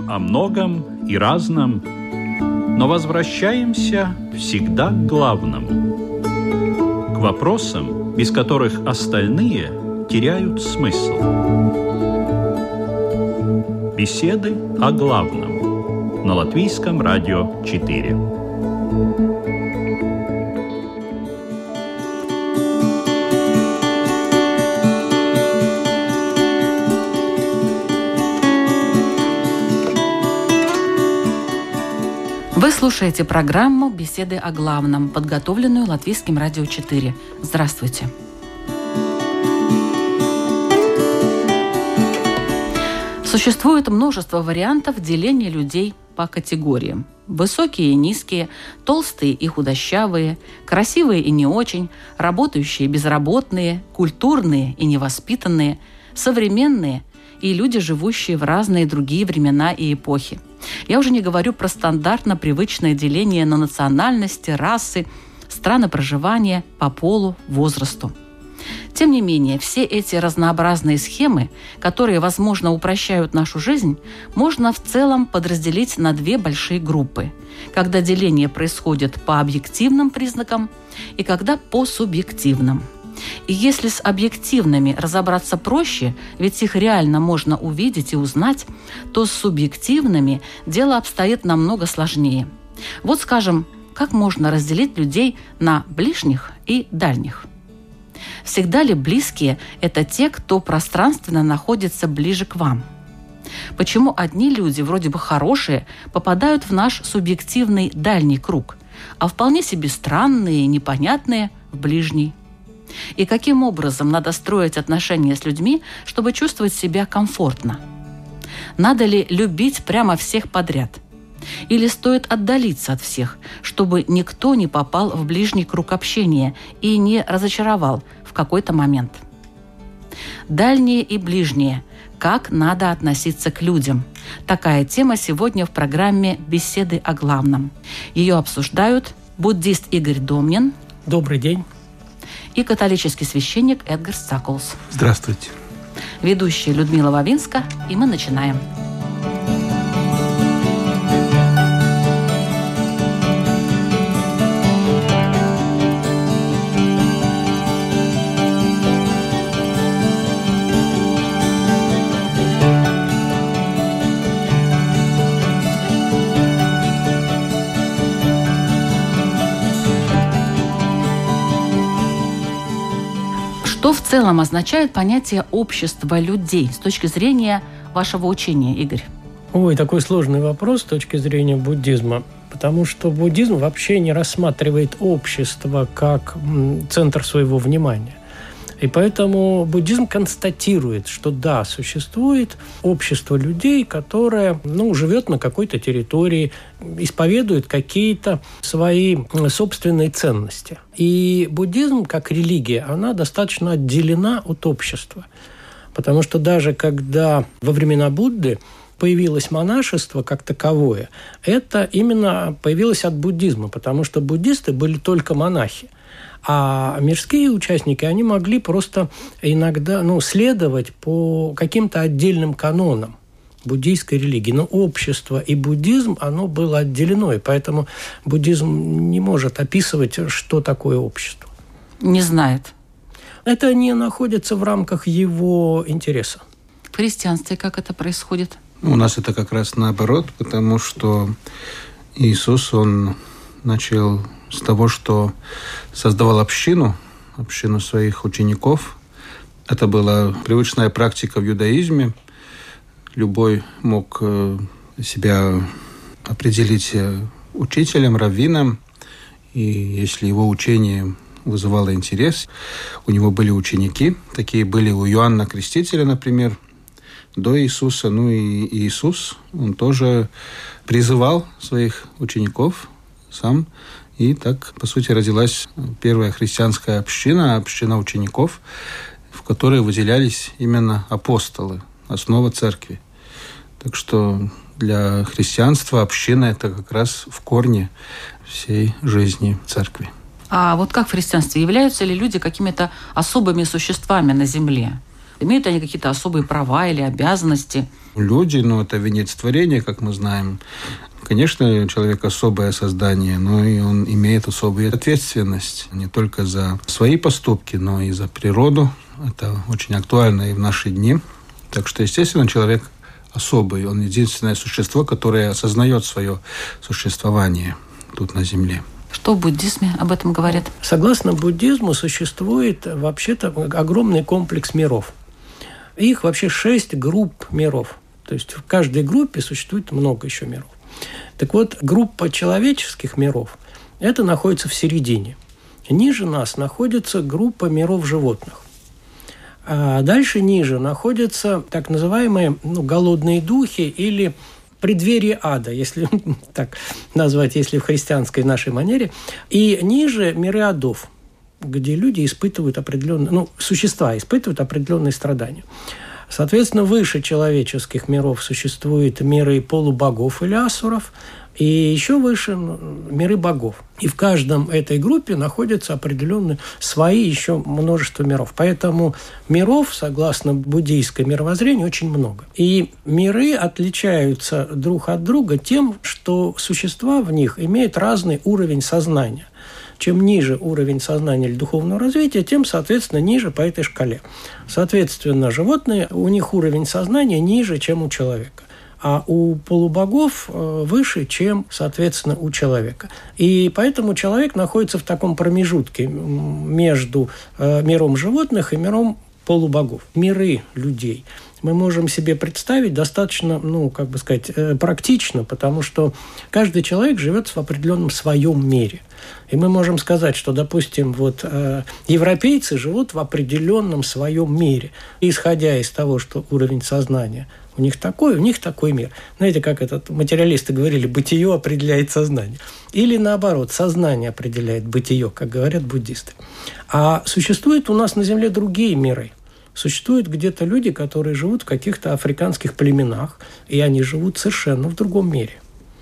о многом и разном, но возвращаемся всегда к главному, к вопросам, без которых остальные теряют смысл. Беседы о главном на Латвийском радио 4. Вы слушаете программу «Беседы о главном», подготовленную Латвийским радио 4. Здравствуйте. Существует множество вариантов деления людей по категориям. Высокие и низкие, толстые и худощавые, красивые и не очень, работающие и безработные, культурные и невоспитанные, современные и люди, живущие в разные другие времена и эпохи. Я уже не говорю про стандартно привычное деление на национальности, расы, страны проживания, по полу, возрасту. Тем не менее, все эти разнообразные схемы, которые, возможно, упрощают нашу жизнь, можно в целом подразделить на две большие группы, когда деление происходит по объективным признакам и когда по субъективным. И если с объективными разобраться проще, ведь их реально можно увидеть и узнать, то с субъективными дело обстоит намного сложнее. Вот, скажем, как можно разделить людей на ближних и дальних? Всегда ли близкие – это те, кто пространственно находится ближе к вам? Почему одни люди, вроде бы хорошие, попадают в наш субъективный дальний круг, а вполне себе странные, непонятные – в ближний? И каким образом надо строить отношения с людьми, чтобы чувствовать себя комфортно? Надо ли любить прямо всех подряд? Или стоит отдалиться от всех, чтобы никто не попал в ближний круг общения и не разочаровал в какой-то момент? Дальние и ближние. Как надо относиться к людям? Такая тема сегодня в программе «Беседы о главном». Ее обсуждают буддист Игорь Домнин. Добрый день. И католический священник Эдгар Сакулс. Здравствуйте. Ведущая Людмила Вавинска, и мы начинаем. Что в целом означает понятие общества людей с точки зрения вашего учения, Игорь? Ой, такой сложный вопрос с точки зрения буддизма, потому что буддизм вообще не рассматривает общество как центр своего внимания. И поэтому буддизм констатирует, что да, существует общество людей, которое живет на какой-то территории, исповедует какие-то свои собственные ценности. И буддизм, как религия, она достаточно отделена от общества. Потому что даже когда во времена Будды появилось монашество как таковое, это именно появилось от буддизма, потому что буддисты были только монахи. А мирские участники, они могли просто иногда следовать по каким-то отдельным канонам буддийской религии. Но общество и буддизм, оно было отделено, и поэтому буддизм не может описывать, что такое общество. Не знает. Это не находится в рамках его интереса. В христианстве как это происходит? У нас это как раз наоборот, потому что Иисус, Он начал с того, что создавал общину своих учеников. Это была привычная практика в иудаизме. Любой мог себя определить учителем, раввином. И если его учение вызывало интерес, у него были ученики. Такие были у Иоанна Крестителя, например, до Иисуса. И Иисус, он тоже призывал своих учеников сам. И так, по сути, родилась первая христианская община учеников, в которой выделялись именно апостолы, основа церкви. Так что для христианства община – это как раз в корне всей жизни церкви. А вот как в христианстве? Являются ли люди какими-то особыми существами на земле? Имеют они какие-то особые права или обязанности? Люди, это венец творения, как мы знаем. Конечно, человек особое создание, но и он имеет особую ответственность не только за свои поступки, но и за природу. Это очень актуально и в наши дни. Так что, естественно, человек особый. Он единственное существо, которое осознает свое существование тут на Земле. Что в буддизме об этом говорят? Согласно буддизму, существует вообще-то огромный комплекс миров. Их вообще 6 групп миров. То есть в каждой группе существует много еще миров. Так вот, группа человеческих миров, это находится в середине. Ниже нас находится группа миров животных. А дальше ниже находятся так называемые голодные духи или преддверие ада, если так назвать, если в христианской нашей манере. И ниже миры адов, где люди испытывают определенные, существа испытывают определенные страдания. Соответственно, выше человеческих миров существуют миры полубогов или асуров, и еще выше миры богов. И в каждом этой группе находятся определенные свои еще множество миров. Поэтому миров, согласно буддийскому мировоззрению, очень много. И миры отличаются друг от друга тем, что существа в них имеют разный уровень сознания. Чем ниже уровень сознания или духовного развития, тем, соответственно, ниже по этой шкале. Соответственно, животные, у них уровень сознания ниже, чем у человека. А у полубогов выше, чем, соответственно, у человека. И поэтому человек находится в таком промежутке между миром животных и миром полубогов. Миры людей мы можем себе представить достаточно, практично, потому что каждый человек живет в определенном своем мире. И мы можем сказать, что, допустим, европейцы живут в определенном своем мире, исходя из того, что уровень сознания у них такой мир. Знаете, как материалисты говорили, бытие определяет сознание. Или наоборот, сознание определяет бытие, как говорят буддисты. А существуют у нас на Земле другие миры. Существуют где-то люди, которые живут в каких-то африканских племенах, и они живут совершенно в другом мире.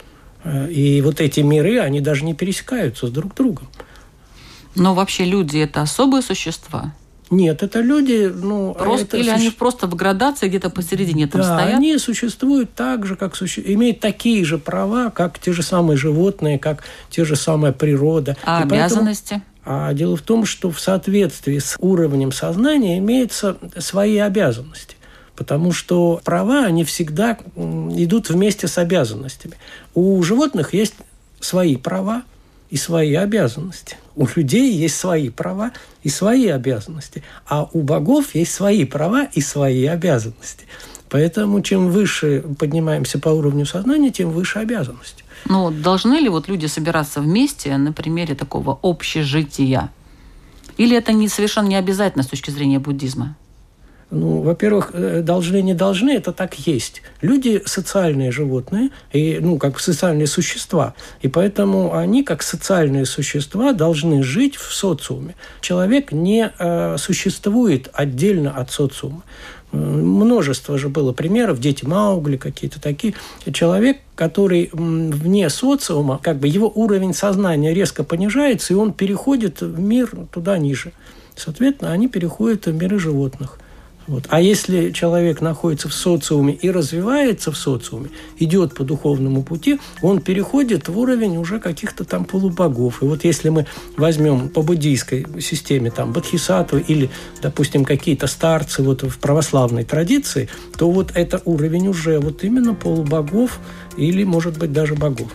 И эти миры, они даже не пересекаются с друг другом. Но вообще люди – это особые существа? Нет, это люди... Они просто в градации где-то посередине там стоят? Они существуют так же, имеют такие же права, как те же самые животные, как те же самая природа. А обязанности? А дело в том, что в соответствии с уровнем сознания имеются свои обязанности. Потому что права, они всегда идут вместе с обязанностями. У животных есть свои права и свои обязанности. У людей есть свои права и свои обязанности. А у богов есть свои права и свои обязанности. Поэтому чем выше поднимаемся по уровню сознания, тем выше обязанности. Должны ли люди собираться вместе на примере такого общежития? Или это совершенно не обязательно с точки зрения буддизма? Во-первых, должны, не должны, это так есть. Люди – социальные животные, и, как социальные существа. И поэтому они, как социальные существа, должны жить в социуме. Человек не существует отдельно от социума. Множество же было примеров, дети Маугли какие-то такие. Человек, который вне социума, его уровень сознания резко понижается, и он переходит в мир туда ниже. Соответственно, они переходят в миры животных. А если человек находится в социуме и развивается в социуме, идет по духовному пути, он переходит в уровень уже каких-то там полубогов. И если мы возьмем по буддийской системе бодхисаттвы или, допустим, какие-то старцы в православной традиции, то это уровень уже именно полубогов или, может быть, даже богов.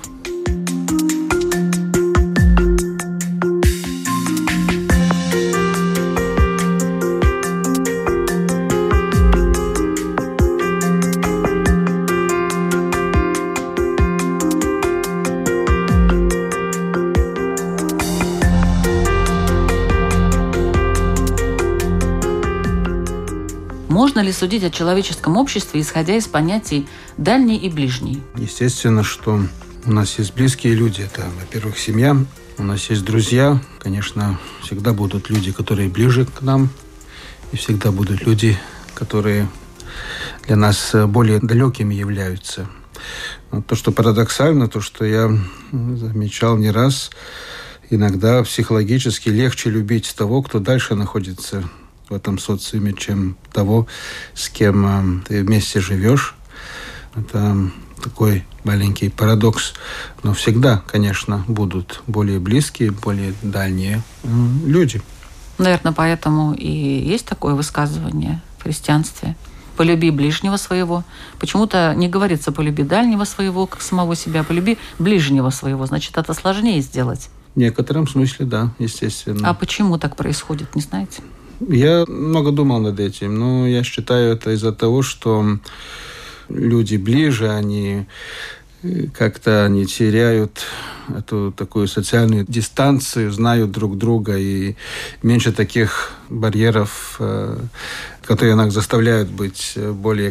Можно ли судить о человеческом обществе, исходя из понятий «дальний» и «ближний»? Естественно, что у нас есть близкие люди. Это, во-первых, семья. У нас есть друзья. Конечно, всегда будут люди, которые ближе к нам. И всегда будут люди, которые для нас более далекими являются. Но то, что парадоксально, то, что я замечал не раз, иногда психологически легче любить того, кто дальше находится в этом социуме, чем того, с кем ты вместе живешь. Это такой маленький парадокс. Но всегда, конечно, будут более близкие, более дальние люди. Наверное, поэтому и есть такое высказывание в христианстве. «Полюби ближнего своего». Почему-то не говорится «полюби дальнего своего», как самого себя, «полюби ближнего своего». Значит, это сложнее сделать. В некотором смысле, да, естественно. А почему так происходит, не знаете? Я много думал над этим, но я считаю, это из-за того, что люди ближе, они как-то не теряют эту такую социальную дистанцию, знают друг друга, и меньше таких барьеров, которые нас заставляют быть более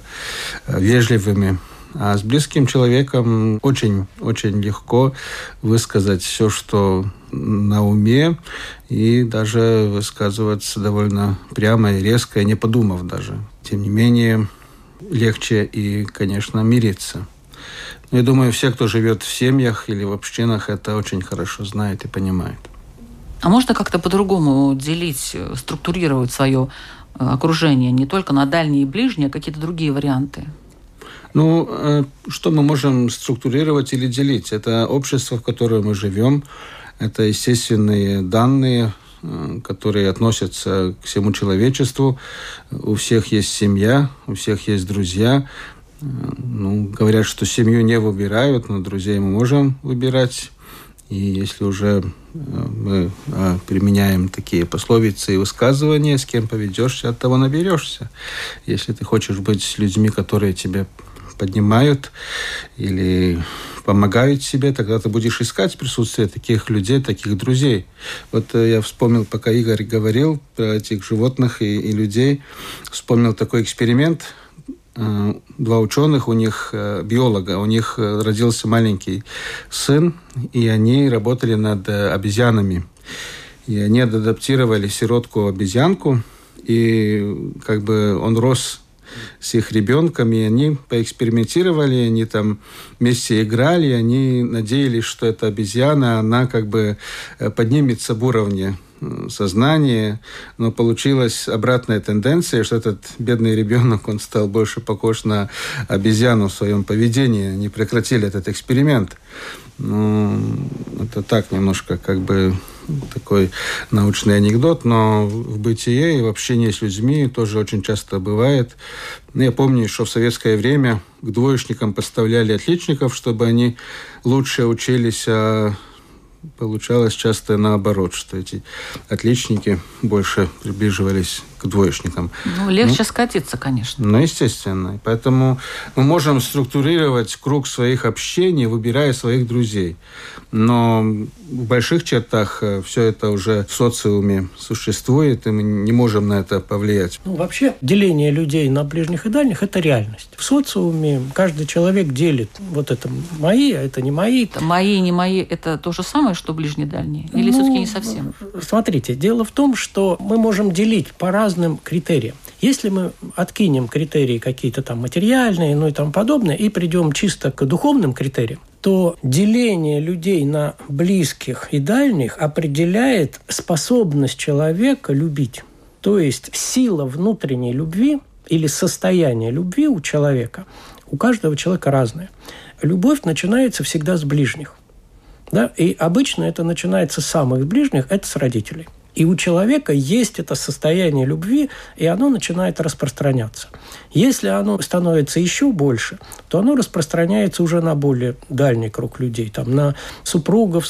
вежливыми. А с близким человеком очень легко высказать все, что на уме, и даже высказываться довольно прямо и резко, не подумав даже. Тем не менее, легче и, конечно, мириться. Я думаю, все, кто живет в семьях или в общинах, это очень хорошо знает и понимает. А можно как-то по-другому делить, структурировать свое окружение не только на дальние и ближние, а какие-то другие варианты? Что мы можем структурировать или делить? Это общество, в котором мы живем, это естественные данные, которые относятся к всему человечеству. У всех есть семья, у всех есть друзья. Говорят, что семью не выбирают, но друзей мы можем выбирать. И если уже мы применяем такие пословицы и высказывания, с кем поведешься, от того наберешься. Если ты хочешь быть с людьми, которые тебя поднимают или помогают себе, тогда ты будешь искать присутствие таких людей, таких друзей. Вот я вспомнил, пока Игорь говорил про этих животных и людей, вспомнил такой эксперимент. Два ученых, у них биолога, у них родился маленький сын, и они работали над обезьянами. И они адаптировали сиротку-обезьянку, и он рос с их ребенком, и они поэкспериментировали, они там вместе играли, они надеялись, что эта обезьяна, она поднимется в уровне сознания, но получилась обратная тенденция, что этот бедный ребенок, он стал больше похож на обезьяну в своем поведении. Они прекратили этот эксперимент. Это так немножко такой научный анекдот, но в бытие и в общении с людьми тоже очень часто бывает. Я помню, что в советское время к двоечникам поставляли отличников, чтобы они лучше учились, а получалось часто наоборот, что эти отличники больше приближивались к двоечникам. Легче скатиться, конечно. Естественно. И поэтому мы можем структурировать круг своих общений, выбирая своих друзей. Но в больших чертах все это уже в социуме существует, и мы не можем на это повлиять. Вообще, деление людей на ближних и дальних – это реальность. В социуме каждый человек делит. Вот это мои, а это не мои. Это мои и не мои – это то же самое, что ближние и дальние? Или все-таки не совсем? Смотрите, дело в том, что мы можем делить по разным критериям. Если мы откинем критерии какие-то там материальные, и тому подобное, и придем чисто к духовным критериям, то деление людей на близких и дальних определяет способность человека любить. То есть сила внутренней любви или состояние любви у человека, у каждого человека разное. Любовь начинается всегда с ближних. Да? И обычно это начинается с самых ближних, это с родителей. И у человека есть это состояние любви, и оно начинает распространяться. Если оно становится еще больше, то оно распространяется уже на более дальний круг людей, на супруг,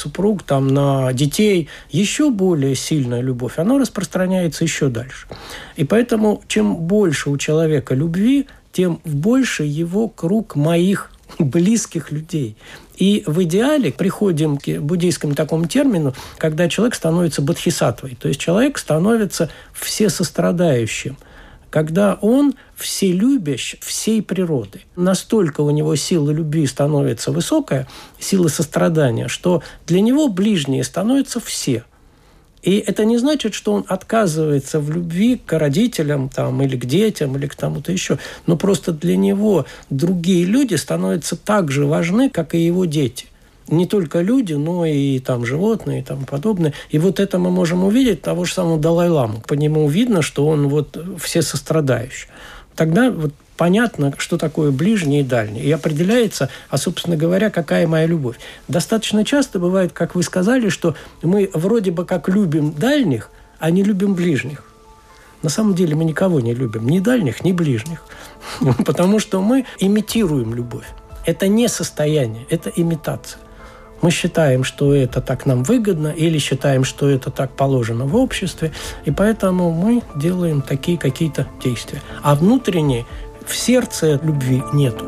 на детей. Еще более сильная любовь, она распространяется еще дальше. И поэтому, чем больше у человека любви, тем больше его круг моих близких людей. И в идеале приходим к буддийскому такому термину, когда человек становится бодхисаттвой, то есть человек становится всесострадающим, когда он вселюбящ всей природы. Настолько у него сила любви становится высокая, сила сострадания, что для него ближние становятся все. И это не значит, что он отказывается в любви к родителям или к детям, или к кому-то еще. Но просто для него другие люди становятся так же важны, как и его дети. не только люди, но и там животные и тому подобное. И вот это мы можем увидеть того же самого Далай-ламу. По нему видно, что он вот всесострадающий. Тогда вот понятно, что такое ближний и дальний. И определяется, собственно говоря, какая моя любовь. Достаточно часто бывает, как вы сказали, что мы вроде бы как любим дальних, а не любим ближних. На самом деле мы никого не любим, ни дальних, ни ближних. Потому что мы имитируем любовь. Это не состояние, это имитация. Мы считаем, что это так нам выгодно, или считаем, что это так положено в обществе, и поэтому мы делаем такие какие-то действия. А внутренней, в сердце любви нету.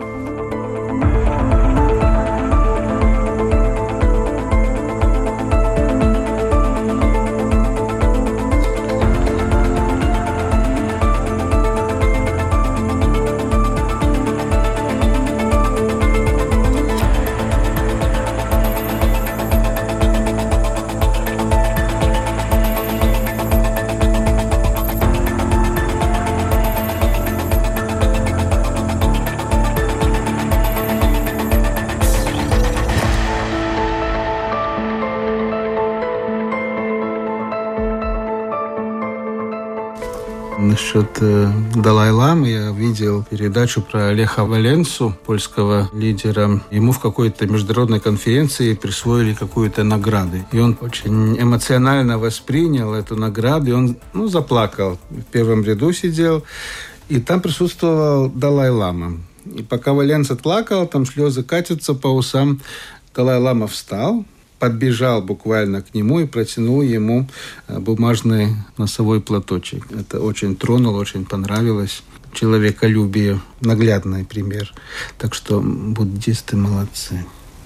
Насчет Далай-ламы я видел передачу про Леха Валенсу, польского лидера. Ему в какой-то международной конференции присвоили какую-то награду. И он очень эмоционально воспринял эту награду. И он заплакал. В первом ряду сидел. И там присутствовал Далай-лама. И пока Валенса плакал, там слезы катятся по усам, Далай-лама встал, подбежал буквально к нему и протянул ему бумажный носовой платочек. Это очень тронуло, очень понравилось. Человеколюбие, наглядный пример. Так что буддисты молодцы.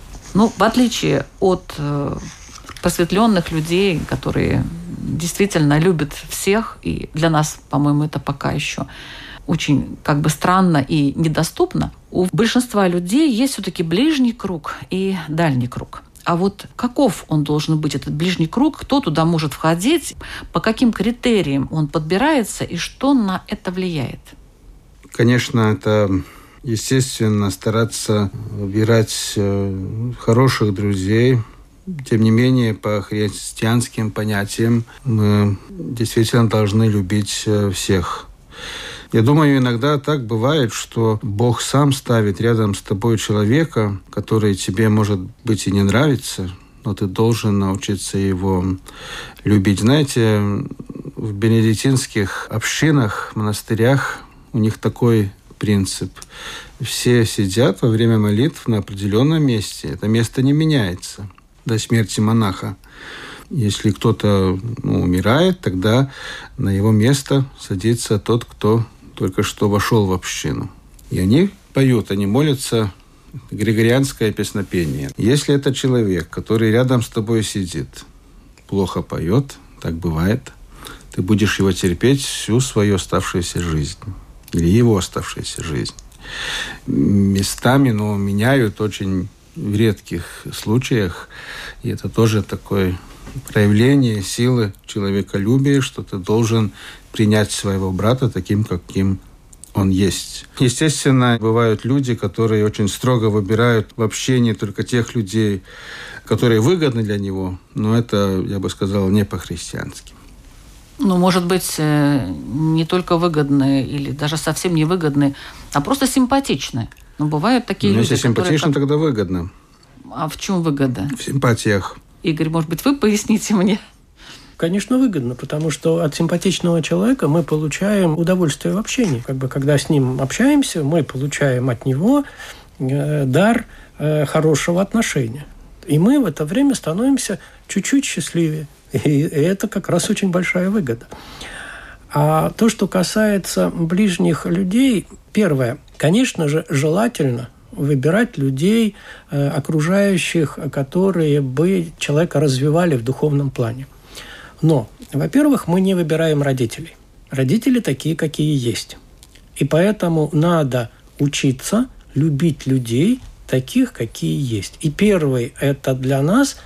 В отличие от просветленных людей, которые действительно любят всех, и для нас, по-моему, это пока еще очень странно и недоступно, у большинства людей есть все-таки ближний круг и дальний круг. А вот каков он должен быть, этот ближний круг, кто туда может входить, по каким критериям он подбирается и что на это влияет? Конечно, это естественно стараться выбирать хороших друзей. Тем не менее, по христианским понятиям мы действительно должны любить всех. Я думаю, иногда так бывает, что Бог сам ставит рядом с тобой человека, который тебе, может быть, и не нравится, но ты должен научиться его любить. Знаете, в бенедиктинских общинах, монастырях у них такой принцип. Все сидят во время молитв на определенном месте. Это место не меняется до смерти монаха. Если кто-то умирает, тогда на его место садится тот, кто только что вошел в общину. И они поют, они молятся, григорианское песнопение. Если это человек, который рядом с тобой сидит, плохо поет, так бывает, ты будешь его терпеть всю свою оставшуюся жизнь. Или его оставшуюся жизнь. Местами, меняют очень в редких случаях. И это тоже такое проявление силы человеколюбия, что ты должен принять своего брата таким, каким он есть. Естественно, бывают люди, которые очень строго выбирают в общении только тех людей, которые выгодны для него, но это, я бы сказал, не по-христиански. Может быть, не только выгодные или даже совсем невыгодные, а просто симпатичные. Но бывают такие люди, если симпатично, тогда выгодно. А в чем выгода? В симпатиях. Игорь, может быть, вы поясните мне? Конечно, выгодно, потому что от симпатичного человека мы получаем удовольствие в общении. Когда с ним общаемся, мы получаем от него дар хорошего отношения. И мы в это время становимся чуть-чуть счастливее. И это как раз очень большая выгода. А то, что касается ближних людей, первое, конечно же, желательно выбирать людей, окружающих, которые бы человека развивали в духовном плане. Но, во-первых, мы не выбираем родителей. Родители такие, какие есть. И поэтому надо учиться любить людей таких, какие есть. И первый это для нас,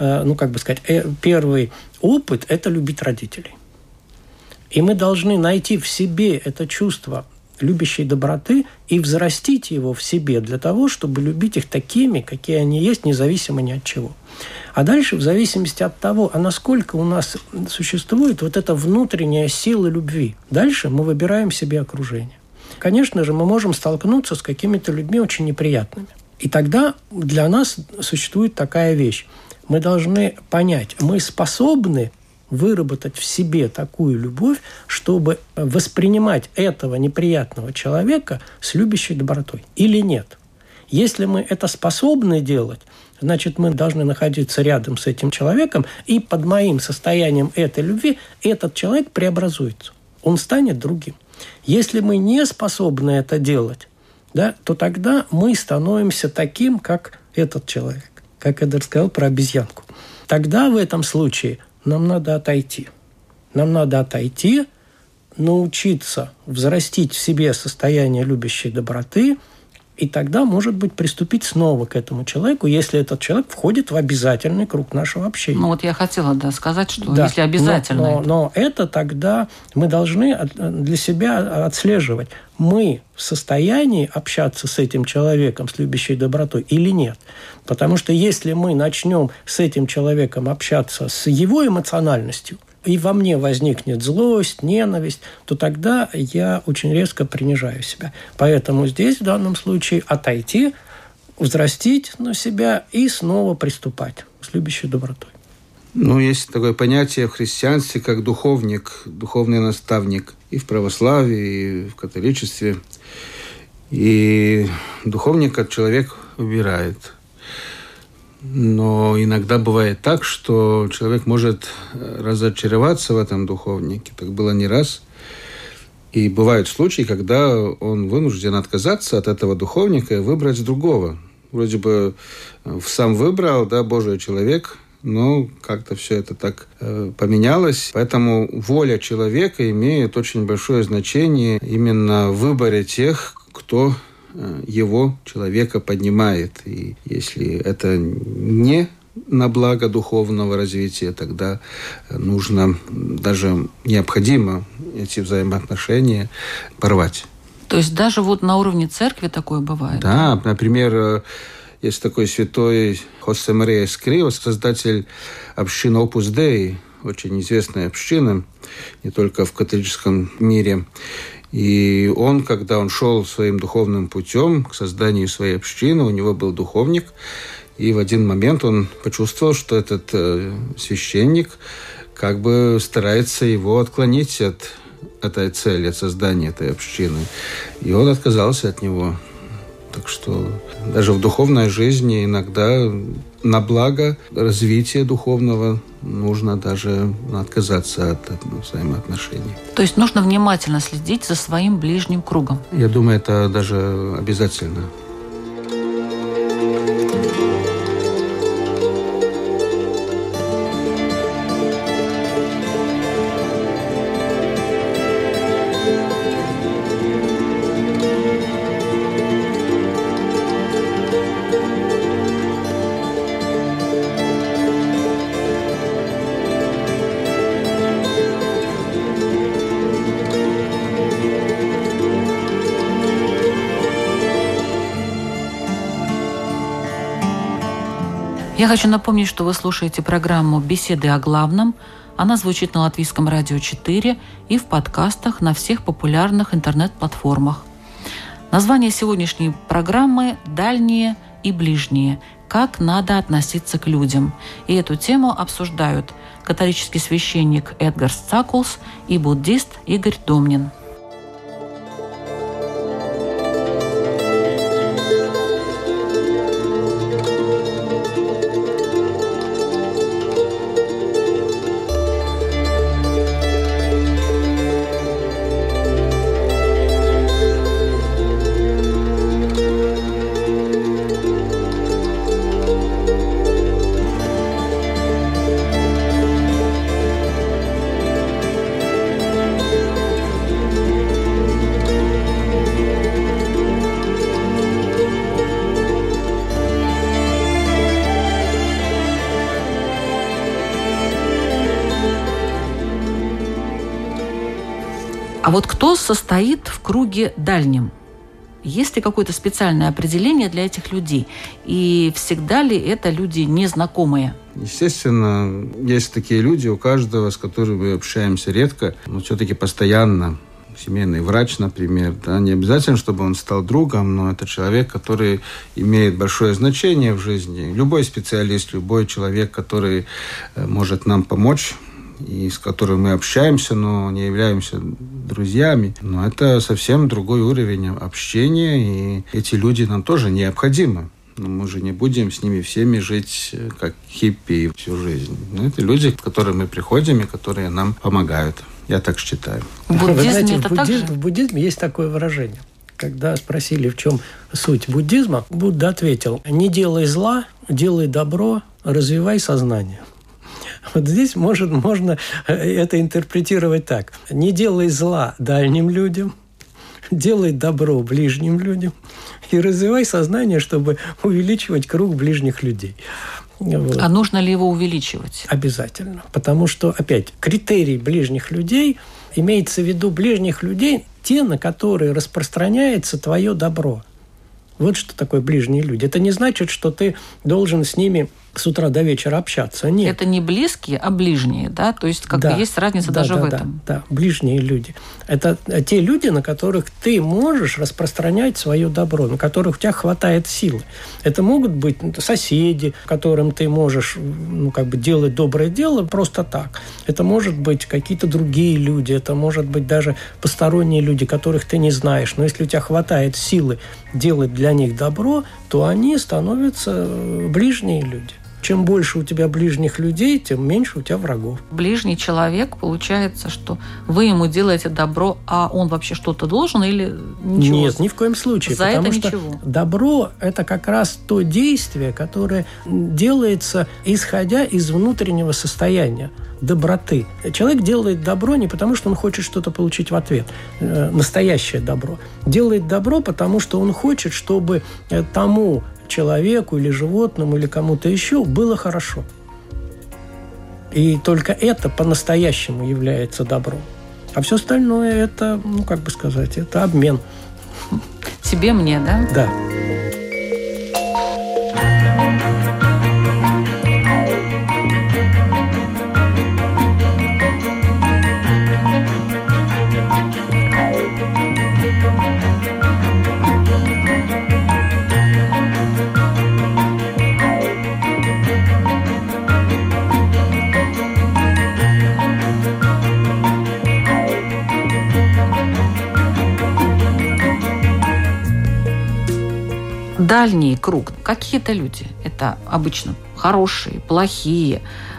первый опыт – это любить родителей. И мы должны найти в себе это чувство любящей доброты и взрастить его в себе для того, чтобы любить их такими, какие они есть, независимо ни от чего. А дальше, в зависимости от того, насколько у нас существует вот эта внутренняя сила любви, дальше мы выбираем себе окружение. Конечно же, мы можем столкнуться с какими-то людьми очень неприятными. И тогда для нас существует такая вещь. Мы должны понять, мы способны выработать в себе такую любовь, чтобы воспринимать этого неприятного человека с любящей добротой или нет. Если мы это способны делать, значит, мы должны находиться рядом с этим человеком, и под моим состоянием этой любви этот человек преобразуется. Он станет другим. Если мы не способны это делать, да, то тогда мы становимся таким, как этот человек, как Эдгар сказал про обезьянку. Тогда в этом случае нам надо отойти. Нам надо отойти, научиться взрастить в себе состояние любящей доброты, и тогда, может быть, приступить снова к этому человеку, если этот человек входит в обязательный круг нашего общения. Ну вот я хотела сказать, что если обязательно. Но это тогда мы должны для себя отслеживать, мы в состоянии общаться с этим человеком, с любящей добротой или нет. Потому что если мы начнем с этим человеком общаться с его эмоциональностью, и во мне возникнет злость, ненависть, то тогда я очень резко принижаю себя. Поэтому здесь в данном случае отойти, взрастить на себя и снова приступать с любящей добротой. Есть такое понятие в христианстве, как духовник, духовный наставник и в православии, и в католичестве. И духовника человек выбирает. Но иногда бывает так, что человек может разочароваться в этом духовнике. Так было не раз. И бывают случаи, когда он вынужден отказаться от этого духовника и выбрать другого. Вроде бы сам выбрал, Божий человек, но как-то все это так поменялось. Поэтому воля человека имеет очень большое значение именно в выборе тех, кто его, человека, поднимает. И если это не на благо духовного развития, тогда нужно, даже необходимо эти взаимоотношения порвать. То есть даже на уровне церкви такое бывает? Да, например, есть такой святой Хосе Мария Эскрио, создатель общины Opus Dei, очень известная община, не только в католическом мире. И он, когда он шел своим духовным путем к созданию своей общины, у него был духовник, и в один момент он почувствовал, что этот священник как бы старается его отклонить от этой цели, от создания этой общины. И он отказался от него. Так что даже в духовной жизни иногда на благо развития духовного нужно даже отказаться от взаимоотношений. То есть нужно внимательно следить за своим ближним кругом? Я думаю, это даже обязательно. Я хочу напомнить, что вы слушаете программу «Беседы о главном». Она звучит на Латвийском радио 4 и в подкастах на всех популярных интернет-платформах. Название сегодняшней программы «Дальние и ближние. Как надо относиться к людям». И эту тему обсуждают католический священник Эдгар Цакулс и буддист Игорь Домнин. А вот кто состоит в круге дальнем? Есть ли какое-то специальное определение для этих людей? И всегда ли это люди незнакомые? Естественно, есть такие люди у каждого, с которыми мы общаемся редко, но все-таки постоянно. Семейный врач, например, да, не обязательно, чтобы он стал другом, но это человек, который имеет большое значение в жизни. Любой специалист, любой человек, который может нам помочь, и с которым мы общаемся, но не являемся друзьями. Но это совсем другой уровень общения, и эти люди нам тоже необходимы. Но мы же не будем с ними всеми жить как хиппи всю жизнь. Но это люди, к которым мы приходим и которые нам помогают. Я так считаю. В буддизме это так же? В буддизме есть такое выражение. Когда спросили, в чем суть буддизма, Будда ответил: не делай зла, делай добро, развивай сознание. Вот здесь можно это интерпретировать так. Не делай зла дальним людям, делай добро ближним людям и развивай сознание, чтобы увеличивать круг ближних людей. Вот. А нужно ли его увеличивать? Обязательно. Потому что, опять, критерий ближних людей, имеется в виду ближних людей, те, на которые распространяется твое добро. Вот что такое ближние люди. Это не значит, что ты должен с ними с утра до вечера общаться. Нет. Это не близкие, а ближние, да? То есть, как бы есть разница даже в этом. Да, ближние люди. Это те люди, на которых ты можешь распространять свое добро, на которых у тебя хватает силы. Это могут быть соседи, которым ты можешь делать доброе дело просто так. Это может быть какие-то другие люди, это может быть даже посторонние люди, которых ты не знаешь. Но если у тебя хватает силы делать для них добро, то они становятся ближние люди. Чем больше у тебя ближних людей, тем меньше у тебя врагов. Ближний человек, получается, что вы ему делаете добро, а он вообще что-то должен или ничего? Нет, ни в коем случае. За потому это что ничего. Добро – это как раз то действие, которое делается, исходя из внутреннего состояния доброты. Человек делает добро не потому, что он хочет что-то получить в ответ, настоящее добро. Делает добро, потому что он хочет, чтобы тому человеку или животному или кому-то еще было хорошо. И только это по-настоящему является добром. А все остальное это, это обмен. Тебе, мне, да? Да. Дальний круг. Какие это люди? Это обычно хорошие, плохие,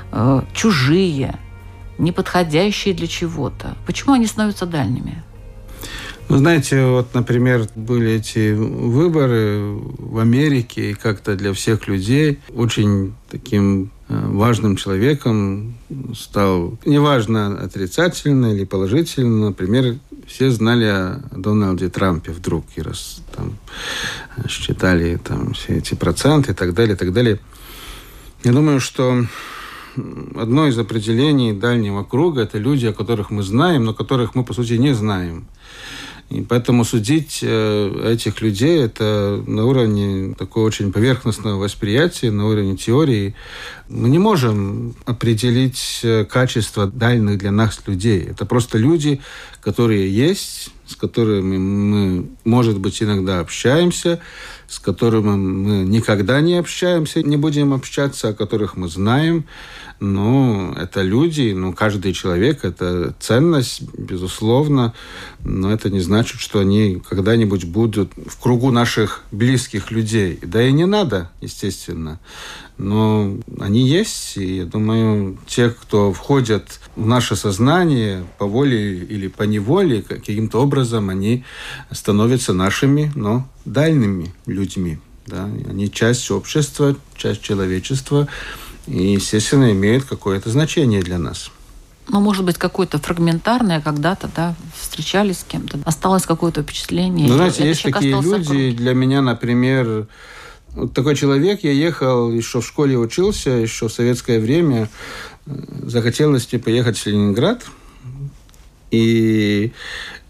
чужие, неподходящие для чего-то. Почему они становятся дальними? Вы знаете, вот, например, были эти выборы в Америке, и как-то для всех людей очень таким важным человеком стал, неважно, отрицательно или положительно, например, все знали о Дональде Трампе вдруг, и раз там считали там все эти проценты и так далее, и так далее. Я думаю, что одно из определений дальнего круга – это люди, о которых мы знаем, но которых мы, по сути, не знаем. И поэтому судить этих людей – это на уровне такого очень поверхностного восприятия, на уровне теории. Мы не можем определить качество дальних для нас людей. Это просто люди, которые есть, с которыми мы, может быть, иногда общаемся, с которыми мы никогда не общаемся, не будем общаться, о которых мы знаем. Но это люди, каждый человек – это ценность, безусловно, но это не значит, что они когда-нибудь будут в кругу наших близких людей. Да и не надо, естественно. Но они есть, и я думаю, те, кто входят в наше сознание по воле или по неволе, каким-то образом они становятся нашими, но дальними людьми. Да? Они часть общества, часть человечества, и, естественно, имеют какое-то значение для нас. Может быть, какое-то фрагментарное когда-то, встречались с кем-то, осталось какое-то впечатление. Знаете, есть такие люди, для меня, например, вот такой человек, я ехал, еще в школе учился, еще в советское время, захотелось поехать в Ленинград, и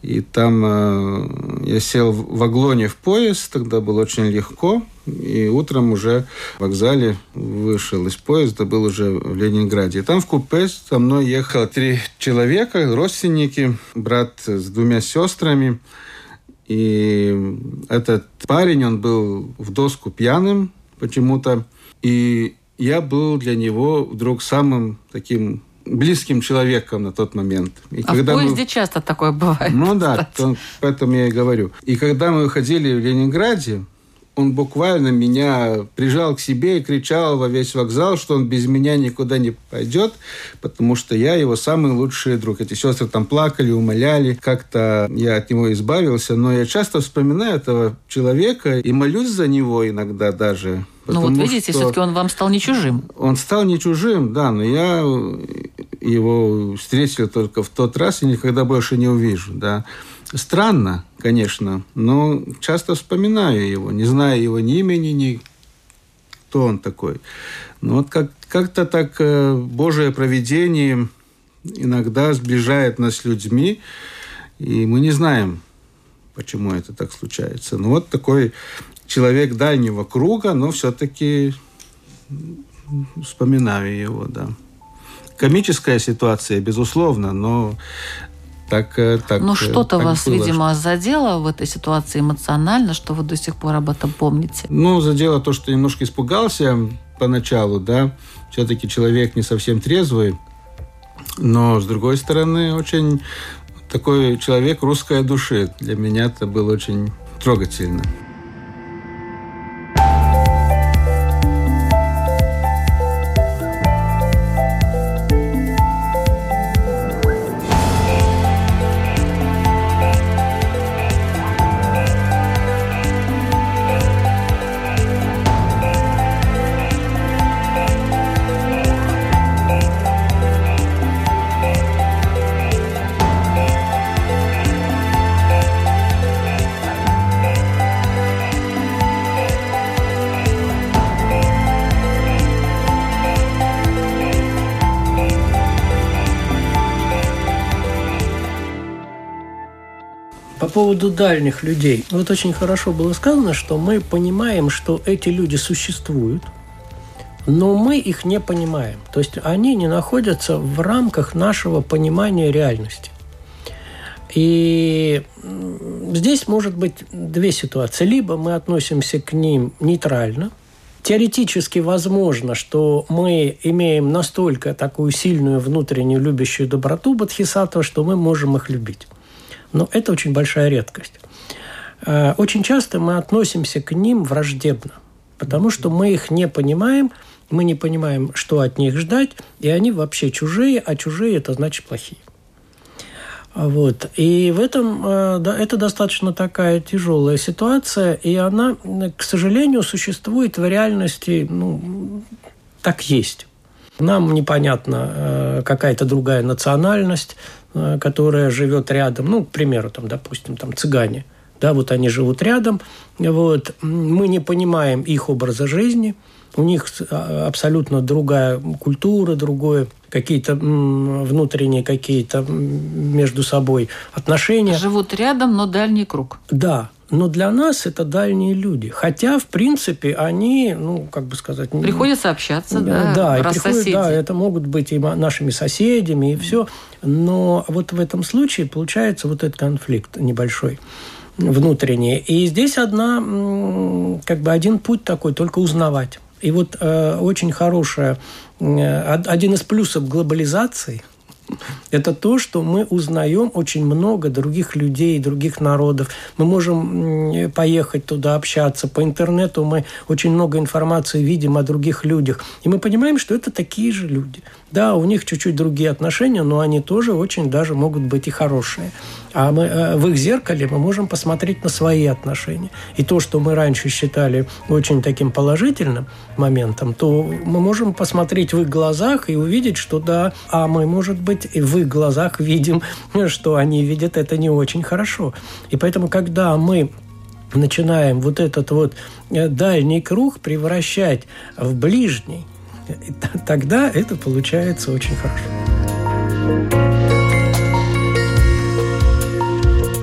И там я сел в вагоне в поезд, тогда было очень легко. И утром уже в вокзале вышел из поезда, был уже в Ленинграде. И там в купе со мной ехало 3 человека, родственники, брат с 2 сестрами. И этот парень, он был в доску пьяным почему-то. И я был для него вдруг самым таким близким человеком на тот момент. И в поезде часто такое бывает. Ну да, поэтому я и говорю. И когда мы выходили в Ленинграде, он буквально меня прижал к себе и кричал во весь вокзал, что он без меня никуда не пойдет, потому что я его самый лучший друг. Эти сестры там плакали, умоляли. Как-то я от него избавился. Но я часто вспоминаю этого человека и молюсь за него иногда даже. Ну вот видите, все-таки он вам стал не чужим. Он стал не чужим, да, но я его встретил только в тот раз и никогда больше не увижу, да. Странно, конечно, но часто вспоминаю его, не зная его ни имени, ни кто он такой. Но вот как-то так Божие провидение иногда сближает нас с людьми, и мы не знаем, почему это так случается. Но вот такой человек дальнего круга, но все-таки вспоминаю его, да. Комическая ситуация, безусловно, но так. Но что-то так вас, было. видимо, задело в этой ситуации эмоционально, что вы до сих пор об этом помните? Ну, задело то, что немножко испугался поначалу, да. Все-таки человек не совсем трезвый, но, с другой стороны, очень такой человек русской души. Для меня это было очень трогательно. По поводу дальних людей. Вот очень хорошо было сказано, что мы понимаем, что эти люди существуют, но мы их не понимаем. То есть они не находятся в рамках нашего понимания реальности. И здесь может быть 2 ситуации. Либо мы относимся к ним нейтрально. Теоретически возможно, что мы имеем настолько такую сильную внутреннюю любящую доброту бодхисаттва, что мы можем их любить. Но это очень большая редкость. Очень часто мы относимся к ним враждебно, потому что мы их не понимаем, мы не понимаем, что от них ждать, и они вообще чужие, а чужие – это значит плохие. Вот. И в этом это достаточно такая тяжелая ситуация, и она, к сожалению, существует в реальности, так есть. Нам непонятна какая-то другая национальность, которая живет рядом, к примеру, допустим, цыгане, да, вот они живут рядом, вот, мы не понимаем их образа жизни, у них абсолютно другая культура, другое какие-то внутренние какие-то между собой отношения. Живут рядом, но дальний круг. Да. Но для нас это дальние люди. Хотя, в принципе, они, приходится общаться, да, раз соседи. Да, это могут быть и нашими соседями, и все. Но вот в этом случае получается вот этот конфликт небольшой, внутренний. И здесь один путь такой, только узнавать. И вот очень хорошая, один из плюсов глобализации – это то, что мы узнаем очень много других людей, других народов. Мы можем поехать туда, общаться. По интернету мы очень много информации видим о других людях. И мы понимаем, что это такие же люди. Да, у них чуть-чуть другие отношения, но они тоже очень даже могут быть и хорошие. А мы в их зеркале мы можем посмотреть на свои отношения. И то, что мы раньше считали очень таким положительным моментом, то мы можем посмотреть в их глазах и увидеть, что да, а мы, может быть, и в их глазах видим, что они видят это не очень хорошо. И поэтому, когда мы начинаем вот этот вот дальний круг превращать в ближний, тогда это получается очень хорошо.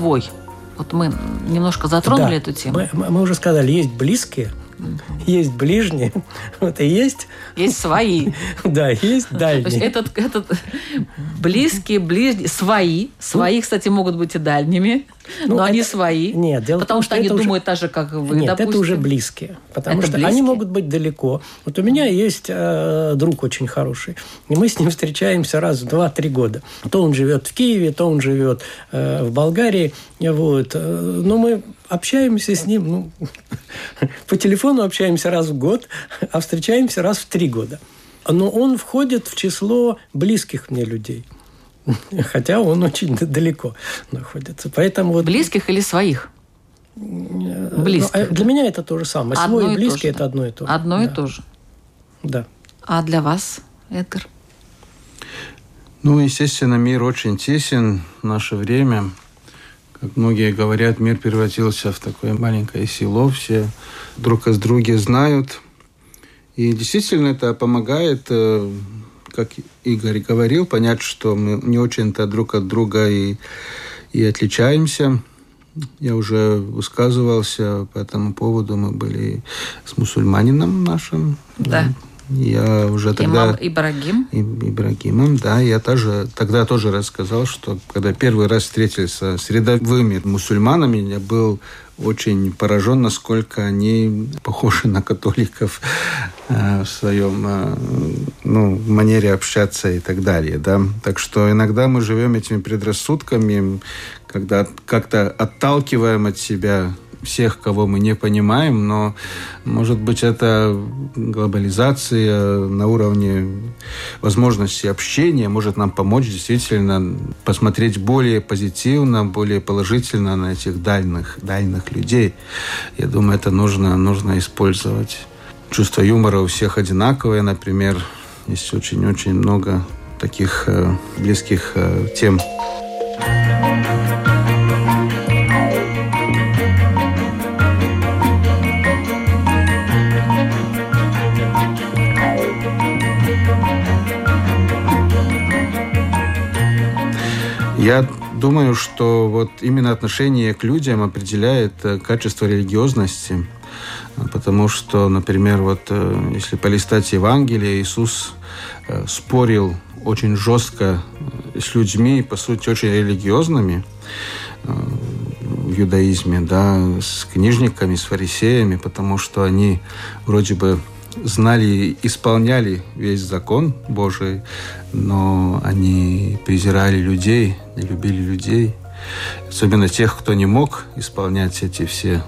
свой? Вот мы немножко затронули эту тему. Мы уже сказали, есть близкие, есть ближние, вот и есть... Есть свои. Да, есть дальние. То есть этот близкие, ближние, свои, кстати, могут быть и дальними, но они свои. Нет, дело потому в том, что они думают так же, как вы, Нет, допустим. это уже близкие. Потому что они могут быть далеко. Вот у меня есть друг очень хороший, и мы с ним встречаемся раз в 2-3 года. То он живет в Киеве, то он живет в Болгарии. Вот. Но мы общаемся с ним, по телефону общаемся раз в год, а встречаемся раз в 3 года. Но он входит в число близких мне людей. Хотя он очень далеко находится. Поэтому вот... Близких или своих? Близких. Для меня это то же самое. Свой и близкий – это одно и то же. Одно и то же. Да. А для вас, Эдгар? Естественно, мир очень тесен в наше время. Как многие говорят, мир превратился в такое маленькое село. Все друг о друге знают. И действительно это помогает, как Игорь говорил, понять, что мы не очень-то друг от друга и отличаемся. Я уже высказывался по этому поводу. Мы были с мусульманином нашим. Да. Я уже тогда... Имам Ибрагим. Ибрагимом, да. Я тогда тоже рассказал, что когда первый раз встретился с рядовыми мусульманами, я был очень поражен, насколько они похожи на католиков в своем манере общаться и так далее. Да? Так что иногда мы живем этими предрассудками, когда как-то отталкиваем от себя всех, кого мы не понимаем, но, может быть, это глобализация на уровне возможности общения может нам помочь действительно посмотреть более позитивно, более положительно на этих дальних людей. Я думаю, это нужно использовать. Чувство юмора у всех одинаковое, например. Есть очень-очень много таких близких тем. Я думаю, что вот именно отношение к людям определяет качество религиозности, потому что, например, вот если полистать Евангелие, Иисус спорил очень жестко с людьми, по сути, очень религиозными в иудаизме, да, с книжниками, с фарисеями, потому что они вроде бы знали и исполняли весь закон Божий, но они презирали людей, не любили людей. Особенно тех, кто не мог исполнять эти все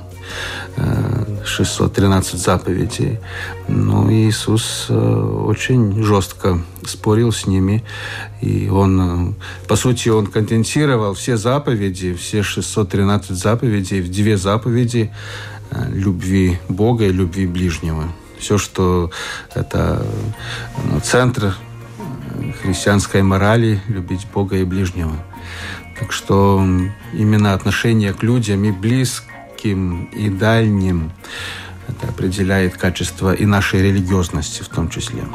613 заповедей. Но Иисус очень жестко спорил с ними. И он, по сути, он конденсировал все заповеди, все 613 заповедей в 2 заповеди любви Бога и любви ближнего. Все, что это центр христианской морали, любить Бога и ближнего. Так что именно отношение к людям и близким, и дальним это определяет качество и нашей религиозности в том числе.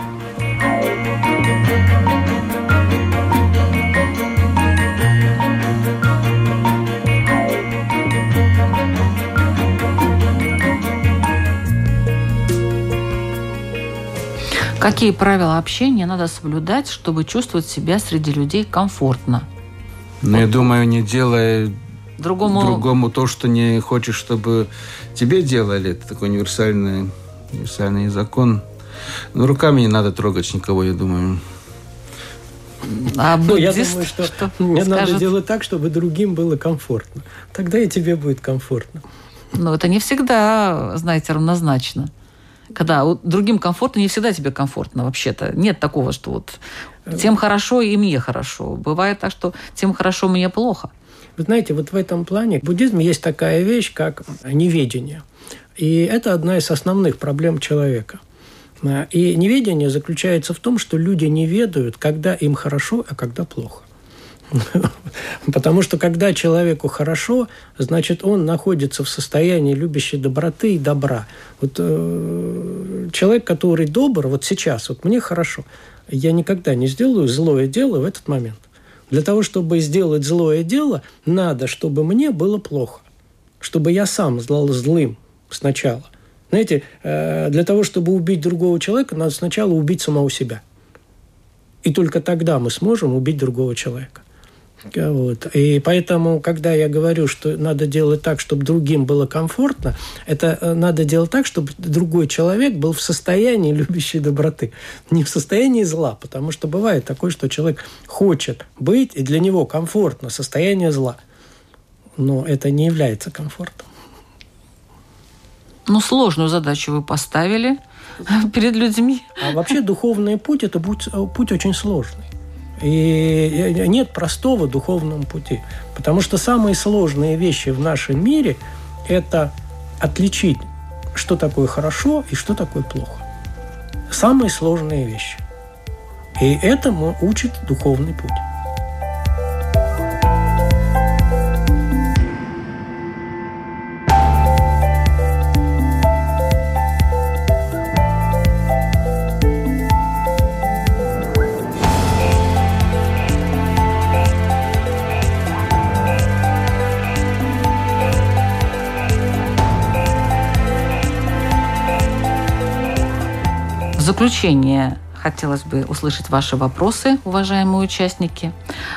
Какие правила общения надо соблюдать, чтобы чувствовать себя среди людей комфортно? Я думаю, не делая другому то, что не хочешь, чтобы тебе делали. Это такой универсальный закон. Но руками не надо трогать никого, я думаю. А я думаю, что мне надо делать так, чтобы другим было комфортно. Тогда и тебе будет комфортно. Но это не всегда, знаете, равнозначно. Когда другим комфортно, не всегда тебе комфортно вообще-то. Нет такого, что вот тем хорошо и мне хорошо. Бывает так, что тем хорошо, мне плохо. Вы знаете, вот в этом плане в буддизме есть такая вещь, как неведение. И это одна из основных проблем человека. И неведение заключается в том, что люди не ведают, когда им хорошо, а когда плохо. Потому что когда человеку хорошо, значит, он находится в состоянии любящей доброты и добра. Вот человек, который добр, вот сейчас, вот мне хорошо, я никогда не сделаю злое дело в этот момент. Для того, чтобы сделать злое дело, надо, чтобы мне было плохо. Чтобы я сам стал злым сначала. Знаете, для того, чтобы убить другого человека, надо сначала убить самого себя. И только тогда мы сможем убить другого человека. Вот. И поэтому, когда я говорю, что надо делать так, чтобы другим было комфортно, это надо делать так, чтобы другой человек был в состоянии любящей доброты, не в состоянии зла. Потому что бывает такое, что человек хочет быть, и для него комфортно состояние зла. Но это не является комфортом. Ну, сложную задачу вы поставили перед людьми. А вообще духовный путь – это путь очень сложный. И нет простого духовного пути. Потому что самые сложные вещи в нашем мире – это отличить, что такое хорошо и что такое плохо. Самые сложные вещи. И этому учит духовный путь. В заключение хотелось бы услышать ваши вопросы, уважаемые участники,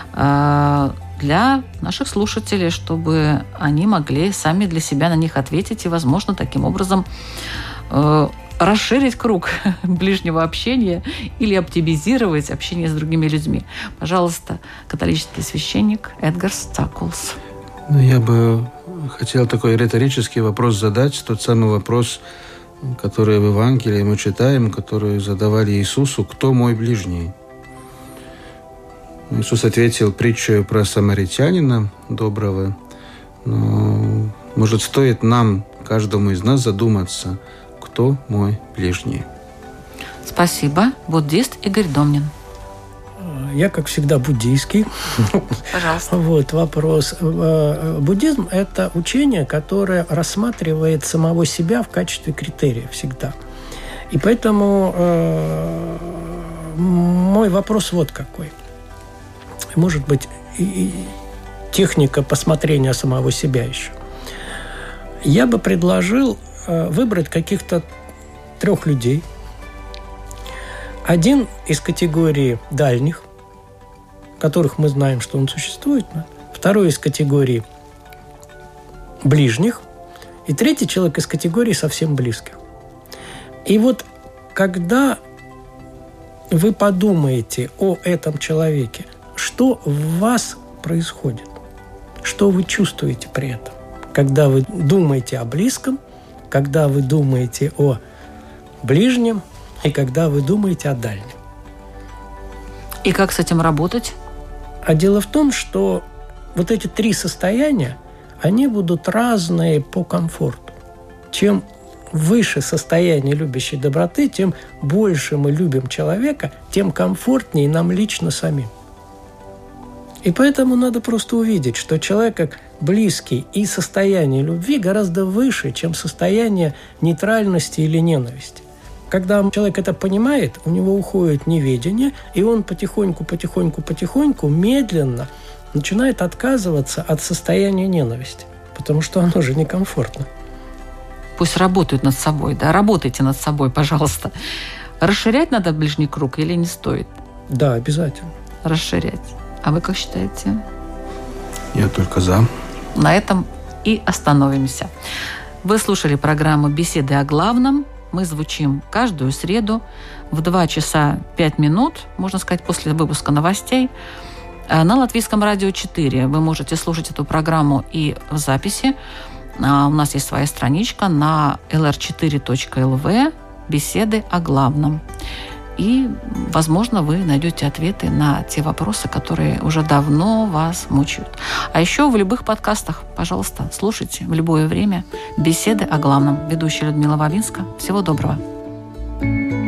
для наших слушателей, чтобы они могли сами для себя на них ответить и, возможно, таким образом расширить круг ближнего общения или оптимизировать общение с другими людьми. Пожалуйста, католический священник Эдгар Стакулс. Я бы хотел такой риторический вопрос задать, тот самый вопрос, которые в Евангелии мы читаем, которые задавали Иисусу: «Кто мой ближний?» Иисус ответил притчей про самаритянина доброго. Но, может, стоит нам, каждому из нас, задуматься, кто мой ближний. Спасибо. Буддист Игорь Домнин. Я, как всегда, буддийский. Пожалуйста. Вот вопрос. Буддизм – это учение, которое рассматривает самого себя в качестве критерия всегда. И поэтому мой вопрос вот какой. Может быть, и техника посмотрения самого себя еще. Я бы предложил выбрать каких-то 3 людей. Один из категории дальних, которых мы знаем, что он существует. Второй из категории ближних. И 3 человек из категории совсем близких. И вот когда вы подумаете о этом человеке, что в вас происходит? Что вы чувствуете при этом? Когда вы думаете о близком, когда вы думаете о ближнем и когда вы думаете о дальнем. И как с этим работать? А дело в том, что вот эти 3 состояния, они будут разные по комфорту. Чем выше состояние любящей доброты, тем больше мы любим человека, тем комфортнее нам лично самим. И поэтому надо просто увидеть, что человек как близкий и состояние любви гораздо выше, чем состояние нейтральности или ненависти. Когда человек это понимает, у него уходит неведение, и он потихоньку, медленно начинает отказываться от состояния ненависти, потому что оно же некомфортно. Пусть работают над собой, да? Работайте над собой, пожалуйста. Расширять надо ближний круг или не стоит? Да, обязательно. Расширять. А вы как считаете? Я только за. На этом и остановимся. Вы слушали программу «Беседы о главном». Мы звучим каждую среду в 2 часа 5 минут, можно сказать, после выпуска новостей, на Латвийском радио 4. Вы можете слушать эту программу и в записи. У нас есть своя страничка на lr4.lv «Беседы о главном». И, возможно, вы найдете ответы на те вопросы, которые уже давно вас мучают. А еще в любых подкастах, пожалуйста, слушайте в любое время «Беседы о главном». Ведущая Людмила Вавинска. Всего доброго.